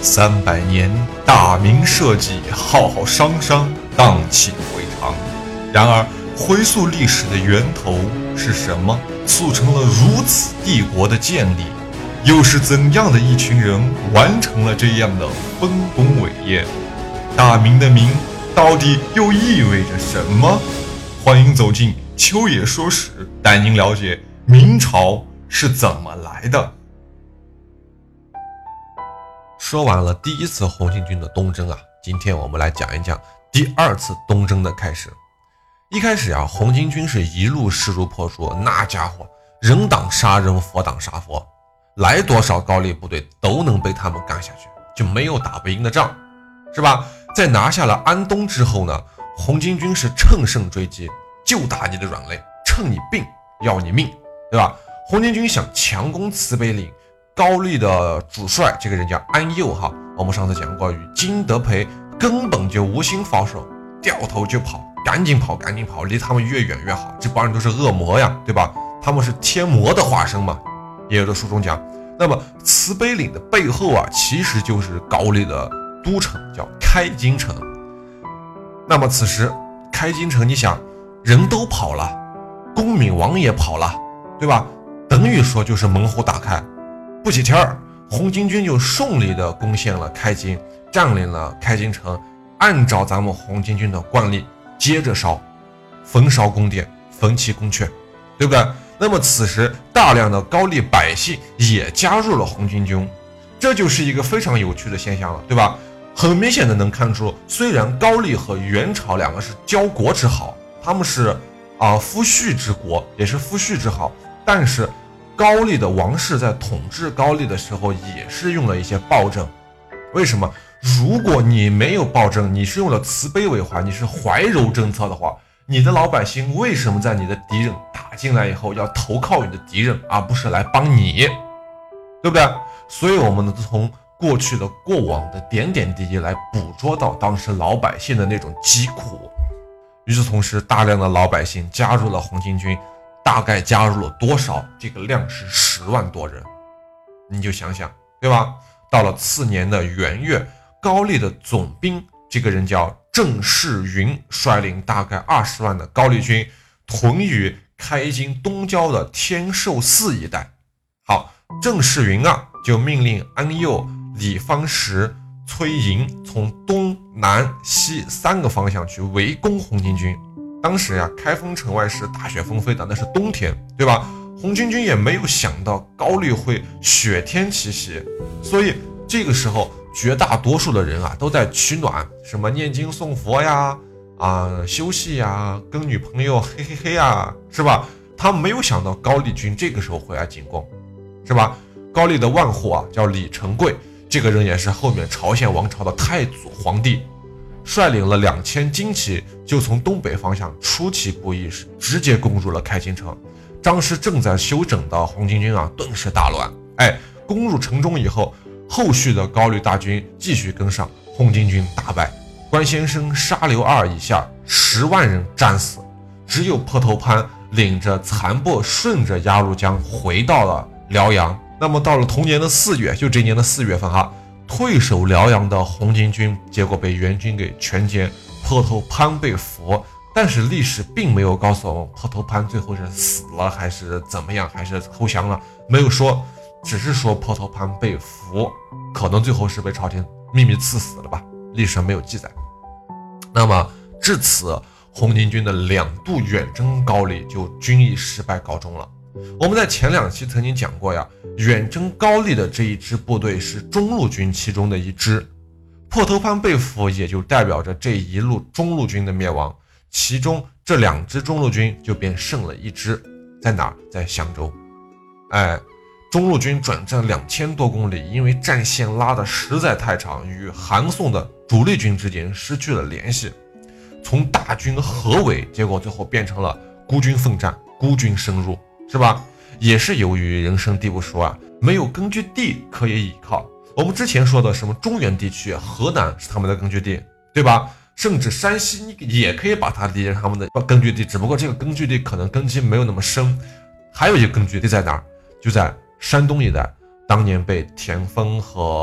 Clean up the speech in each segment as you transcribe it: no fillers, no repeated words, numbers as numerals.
300年，大明社稷浩浩汤汤，荡气回肠。然而，回溯历史的源头是什么？促成了如此帝国的建立？又是怎样的一群人完成了这样的丰功伟业？大明的明到底又意味着什么？欢迎走进秋野说史，带您了解明朝是怎么来的。 说完了第一次红巾军的东征啊，今天我们来讲一讲第二次东征的开始。一开始啊，红巾军是一路势如破竹，那家伙人挡杀人，佛挡杀佛，来多少高丽部队都能被他们干下去，就没有打不赢的仗，是吧？在拿下了安东之后呢，红巾军是乘胜追击，就打你的软肋，趁你病要你命，对吧？红巾军想强攻慈悲岭，高丽的主帅这个人叫安佑哈，我们上次讲过，与金德培根本就无心防守，掉头就跑，赶紧跑，离他们越远越好。这帮人都是恶魔呀，对吧？他们是天魔的化身嘛。也有的书中讲，那么慈悲岭的背后啊，其实就是高丽的都城，叫开京城。那么此时开京城，你想人都跑了，恭闵王也跑了，对吧？等于说就是门户大开。不几天儿，红巾军就顺利的攻陷了开京，占领了开京城。按照咱们红巾军的惯例，接着烧，焚烧宫殿，焚其宫阙，对不对？那么此时大量的高丽百姓也加入了红巾军，这就是一个非常有趣的现象了，对吧？很明显的能看出，虽然高丽和元朝两个是交国之好，他们是夫婿之国，也是夫婿之好，但是高丽的王室在统治高丽的时候也是用了一些暴政。为什么？如果你没有暴政，你是用了慈悲为怀，你是怀柔政策的话，你的老百姓为什么在你的敌人打进来以后要投靠你的敌人，而不是来帮你，对不对？所以我们能从过去的过往的点点滴滴来捕捉到当时老百姓的那种疾苦。与此同时，大量的老百姓加入了红巾军，大概加入了多少？这个量是10万多人，你就想想，对吧？到了次年的元月，高丽的总兵这个人叫郑士云，率领大概20万的高丽军屯于开京东郊的天寿寺一带。好，郑士云啊，就命令安佑、李方石、崔莹从东南西3个方向去围攻红巾军。当时呀，开封城外是大雪纷飞的，那是冬天，对吧？红巾军也没有想到高丽会雪天奇袭，所以这个时候绝大多数的人啊都在取暖，什么念经诵佛呀，休息呀，跟女朋友嘿嘿嘿呀，是吧？他们没有想到高丽军这个时候会来进攻，是吧？高丽的万户啊叫李成桂，这个人也是后面朝鲜王朝的太祖皇帝，率领了2000精骑，就从东北方向出其不意，是直接攻入了开京城。当时正在休整的红巾军啊，顿时大乱。攻入城中以后，后续的高丽大军继续跟上，红巾军大败，关先生、沙流二以下10万人战死，只有坡头潘领着残部顺着鸭绿江回到了辽阳。那么到了同年的4月，就这年的4月份哈，退守辽阳的红巾军结果被元军给全歼，坡头潘被俘。但是历史并没有告诉我们坡头潘最后是死了还是怎么样，还是投降了，没有说，只是说坡头潘被俘，可能最后是被朝廷秘密赐死了吧，历史上没有记载。那么至此，红巾军的2度远征高丽就军役失败告终了。我们在前2期曾经讲过呀，远征高丽的这一支部队是中路军其中的一支，坡头潘被俘也就代表着这一路中路军的灭亡。其中这2支中路军就便剩了1支，在哪儿？在襄州。中路军转战2000多公里，因为战线拉得实在太长，与韩宋的主力军之间失去了联系，从大军合围，结果最后变成了孤军奋战，孤军深入，是吧？也是由于人生地不熟啊，没有根据地可以依靠。我们之前说的什么中原地区，河南是他们的根据地，对吧？甚至山西你也可以把它理解成他们的根据地，只不过这个根据地可能根基没有那么深。还有一个根据地在哪儿？就在山东一带，当年被田丰和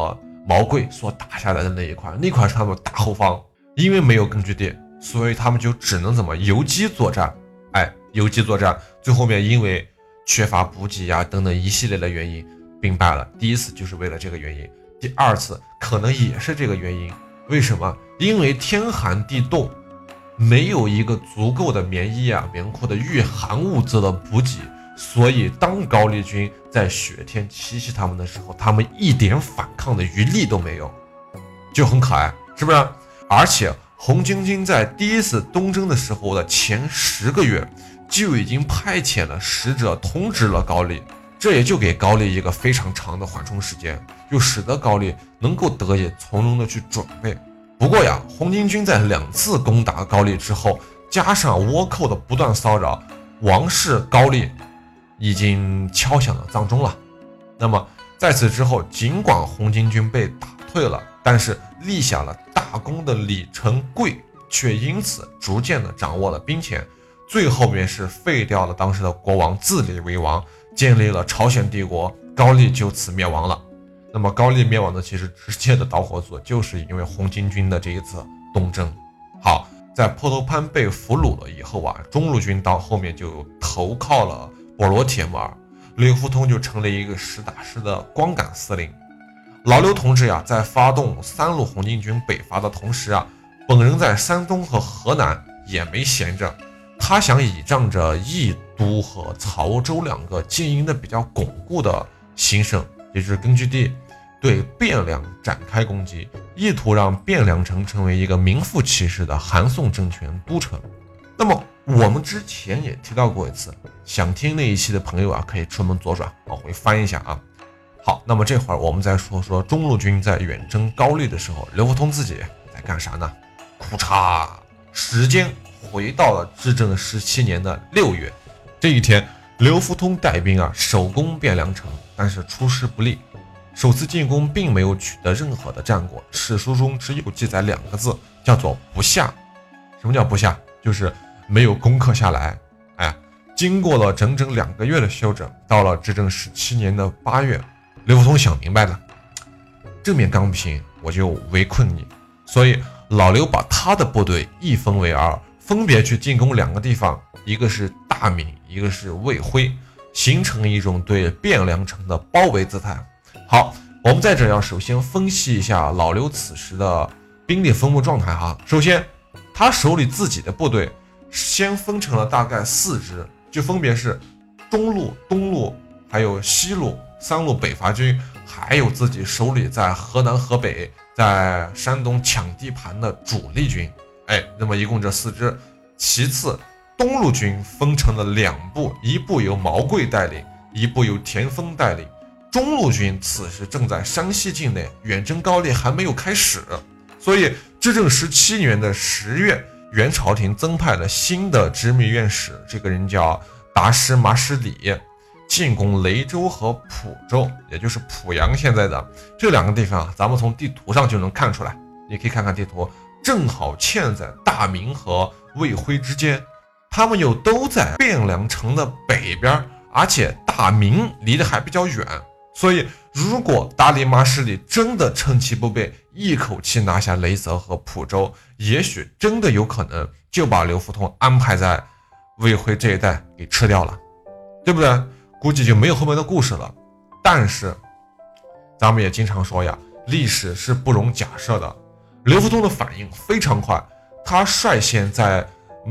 毛贵所打下来的那块是他们大后方，因为没有根据地，所以他们就只能怎么游击作战。游击作战，最后面因为缺乏补给等等一系列的原因兵败了。第一次就是为了这个原因，第二次可能也是这个原因。为什么？因为天寒地冻，没有一个足够的棉衣棉裤的御寒物资的补给，所以当高丽军在雪天袭击他们的时候，他们一点反抗的余力都没有，就很可爱，是不是？而且红巾军在第一次东征的时候的前10个月就已经派遣了使者通知了高丽，这也就给高丽一个非常长的缓冲时间，就使得高丽能够得以从容的去准备。不过红巾军在2次攻打高丽之后，加上倭寇的不断骚扰，王室高丽已经敲响了丧钟了。那么在此之后，尽管红巾军被打退了，但是立下了大功的李成桂却因此逐渐的掌握了兵权，最后面是废掉了当时的国王，自立为王，建立了朝鲜帝国，高丽就此灭亡了。那么高丽灭亡的其实直接的导火索就是因为红巾军的这一次东征。好，在坡头潘被俘虏了以后中路军到后面就投靠了波罗铁木儿，刘福通就成了一个实打实的光杆司令。老刘同志在发动3路红巾军北伐的同时本人在山东和河南也没闲着，他想倚仗着益都和曹州2个经营的比较巩固的兴盛，也就是根据地，对汴梁展开攻击，意图让汴梁城成为一个名副其实的韩宋政权都城。那么我们之前也提到过一次，想听那一期的朋友可以出门左转往回翻一下好，那么这会儿我们再说说中路军在远征高丽的时候，刘福通自己在干啥呢？库嚓，时间回到了至正17年的6月，这一天，刘福通带兵守攻汴梁城，但是出师不利，首次进攻并没有取得任何的战果，史书中只有记载2个字，叫做不下。什么叫不下？就是没有攻克下来。经过了整整2个月的休整，到了至正17年的8月，刘福通想明白了，正面刚不行，我就围困你。所以老刘把他的部队一分为2，分别去进攻2个地方，一个是大名，一个是卫辉，形成一种对汴梁城的包围姿态。好，我们在这要首先分析一下老刘此时的兵力分布状态首先，他手里自己的部队先分成了大概4支，就分别是中路、东路还有西路3路北伐军，还有自己手里在河南河北在山东抢地盘的主力军。那么一共这4支。其次，东路军分成了2部，一部由毛贵带领，一部由田丰带领。中路军此时正在山西境内，远征高丽还没有开始，所以至正17年的10月，元朝廷增派了新的知密院使，这个人叫达什马什里，进攻雷州和蒲州，也就是濮阳现在的这2个地方咱们从地图上就能看出来，你可以看看地图，正好嵌在大名和卫辉之间，他们又都在汴梁城的北边，而且大名离得还比较远，所以如果达里马什里真的趁其不备，一口气拿下雷泽和蒲州，也许真的有可能就把刘福通安排在卫辉这一带给吃掉了，对不对？估计就没有后面的故事了。但是咱们也经常说历史是不容假设的。刘福通的反应非常快，他率先在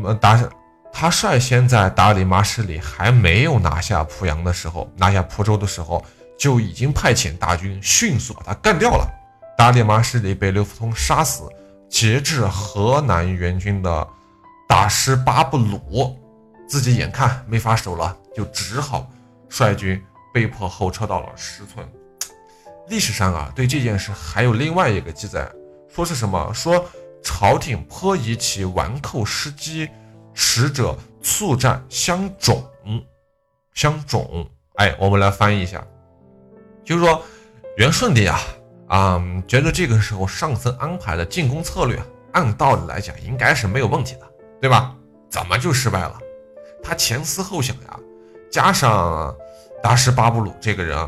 达里马什里还没有拿下濮阳的时候，拿下蒲州的时候，就已经派遣大军迅速把他干掉了。达里马什里被刘福通杀死，截至河南援军的大师巴布鲁自己眼看没法守了，就只好率军被迫后撤到了石村。历史上对这件事还有另外一个记载，说是什么？说朝廷颇疑其顽寇失机，使者促战相种。我们来翻译一下，就是说元顺帝觉得这个时候上层安排的进攻策略，按道理来讲应该是没有问题的，对吧？怎么就失败了？他前思后想加上达什巴布鲁这个人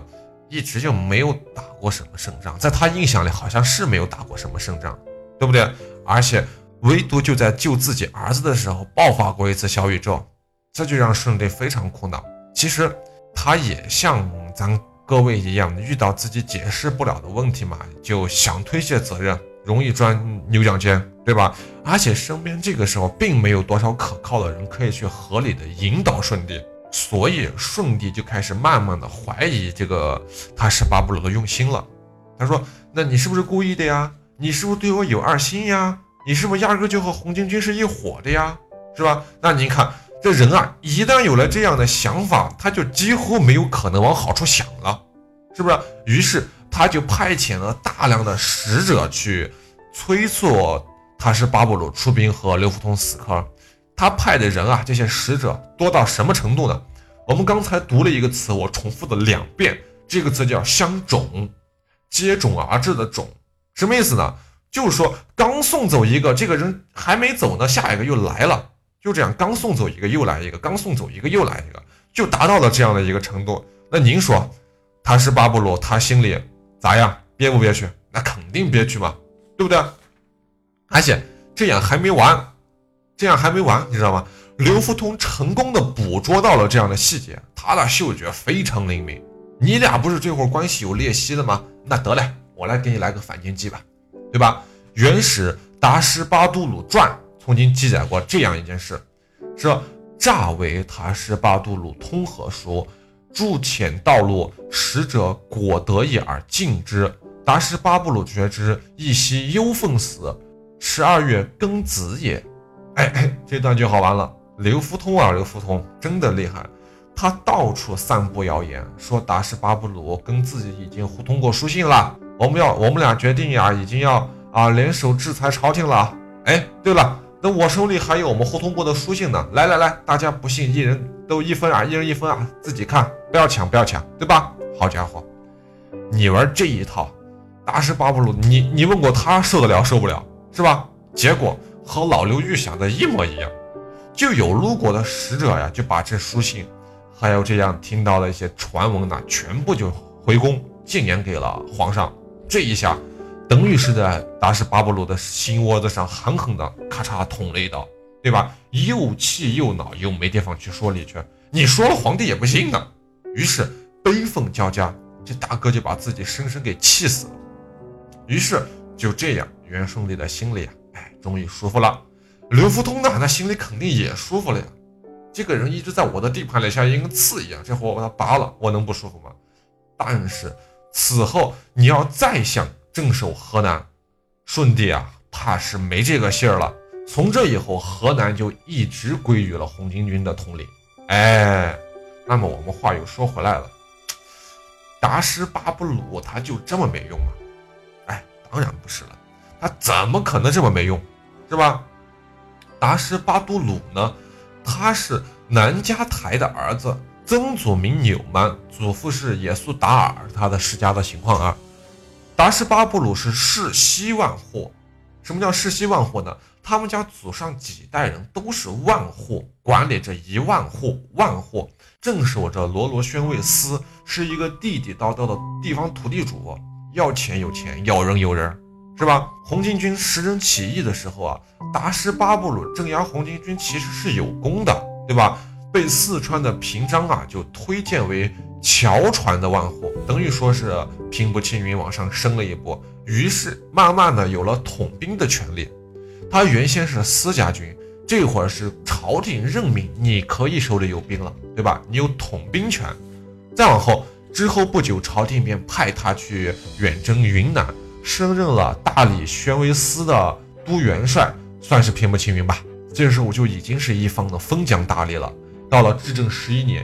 一直就没有打过什么胜仗，在他印象里好像是没有打过什么胜仗，对不对？而且唯独就在救自己儿子的时候爆发过一次小宇宙，这就让顺帝非常苦恼。其实他也像咱各位一样，遇到自己解释不了的问题嘛，就想推卸责任，容易钻牛角尖，对吧？而且身边这个时候并没有多少可靠的人可以去合理的引导顺帝，所以顺帝就开始慢慢的怀疑这个塔什巴布鲁的用心了。他说：“那你是不是故意的呀？你是不是对我有二心呀？你是不是压根就和红巾军是一伙的呀？是吧？那您看这人啊，一旦有了这样的想法，他就几乎没有可能往好处想了，是不是？于是他就派遣了大量的使者去催促塔什巴布鲁出兵和刘福通死磕。他派的人啊，这些使者多到什么程度呢？我们刚才读了一个词，我重复了2遍，这个词叫相种，接踵而至的种，什么意思呢？就是说刚送走一个，这个人还没走呢，下一个又来了，就这样刚送走一个又来一个，刚送走一个又来一个，就达到了这样的一个程度。那您说塔什巴布鲁他心里咋样，憋不憋屈？那肯定憋屈嘛，对不对？而且这样还没完，你知道吗？刘福通成功的捕捉到了这样的细节，他的嗅觉非常灵敏。你俩不是这会儿关系有裂隙的吗？那得嘞，我来给你来个反间计吧，对吧？原始达什巴都鲁传曾经记载过这样一件事，说乍为塔什巴都鲁通和书，驻遣道路，使者果得一而进之。达什巴布鲁觉之，一夕忧愤死，12月庚子也。这段就好玩了。刘福通真的厉害，他到处散布谣言，说达什巴布鲁跟自己已经互通过书信了，我们俩决定呀，已经要联手制裁朝廷了。对了，那我手里还有我们互通过的书信呢，来，大家不信一人都1分一人1分自己看，不要抢，对吧？好家伙，你玩这一套，达什巴布鲁你问过他受得了受不了，是吧？结果和老刘预想的一模一样，就有路过的使者呀，就把这书信还有这样听到的一些传闻呢，全部就回宫进言给了皇上。这一下等于是在达什巴布鲁的心窝子上狠狠的咔嚓捅了一刀，对吧？又气又恼，又没地方去说理去，你说了皇帝也不信呢。于是悲愤交加，这大哥就把自己深深给气死了。于是就这样，元顺帝的心里终于舒服了。刘福通呢，那心里肯定也舒服了呀。这个人一直在我的地盘里像一根刺一样，这活我把他拔了，我能不舒服吗？但是此后你要再想镇守河南，顺帝怕是没这个信儿了。从这以后，河南就一直归于了红巾军的统领。那么我们话又说回来了，达什巴布鲁他就这么没用吗？当然不是了，他怎么可能这么没用，是吧？达什巴都鲁呢，他是南迦台的儿子，曾祖名纽曼，祖父是耶速达尔，他的世家的情况达什巴布鲁是世袭万户。什么叫世袭万户呢？他们家祖上几代人都是万户，管理着1万户，镇守着罗罗宣慰司，是一个地地道道的地方土地主，要钱有钱，要人有人，是吧？红巾军10人起义的时候达什巴布鲁镇压红巾军其实是有功的，对吧？被四川的平章就推荐为侨传的万户，等于说是平步青云往上升了一步，于是慢慢的有了统兵的权利。他原先是私家军，这会儿是朝廷任命你可以手里有兵了，对吧？你有统兵权。再往后之后不久，朝廷便派他去远征云南，升任了大理宣慰司的都元帅，算是平步青云吧。这时候就已经是一方的封疆大吏了。到了至正11年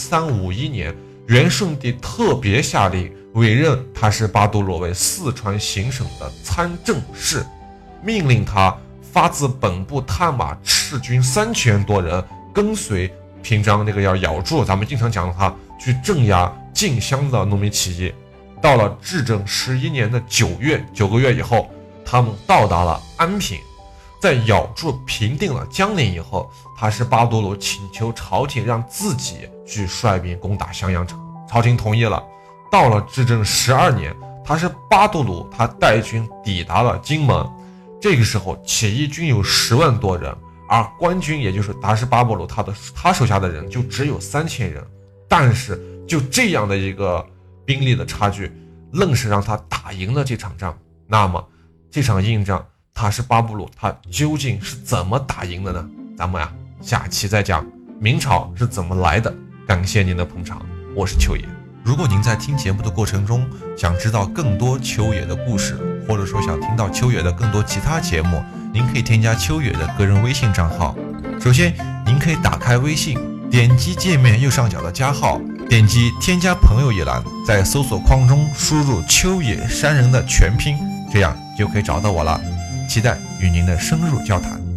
1351年，元顺帝特别下令委任塔什巴都鲁为四川行省的参政事，命令他发自本部探马赤军3000多人，跟随平章那个要咬住咱们经常讲的他去镇压晋襄的农民起义。到了至正11年的9月，9个月以后，他们到达了安平。在咬住平定了江陵以后，塔什巴都鲁请求朝廷让自己去率兵攻打襄阳城，朝廷同意了。 到了至正12年，他是巴杜鲁他带军抵达了金门。这个时候起义军有10万多人，而官军也就是达什巴布鲁他手下的人就只有3000人。但是就这样的一个兵力的差距，愣是让他打赢了这场仗。那么这场硬仗达什巴布鲁他究竟是怎么打赢的呢？咱们下期再讲明朝是怎么来的。感谢您的捧场，我是秋野。 如果您在听节目的过程中想知道更多秋野的故事，或者说想听到秋野的更多其他节目，您可以添加秋野的个人微信账号。首先您可以打开微信，点击界面右上角的加号，点击添加朋友一栏，在搜索框中输入秋野山人的全拼，这样就可以找到我了。期待与您的深入交谈。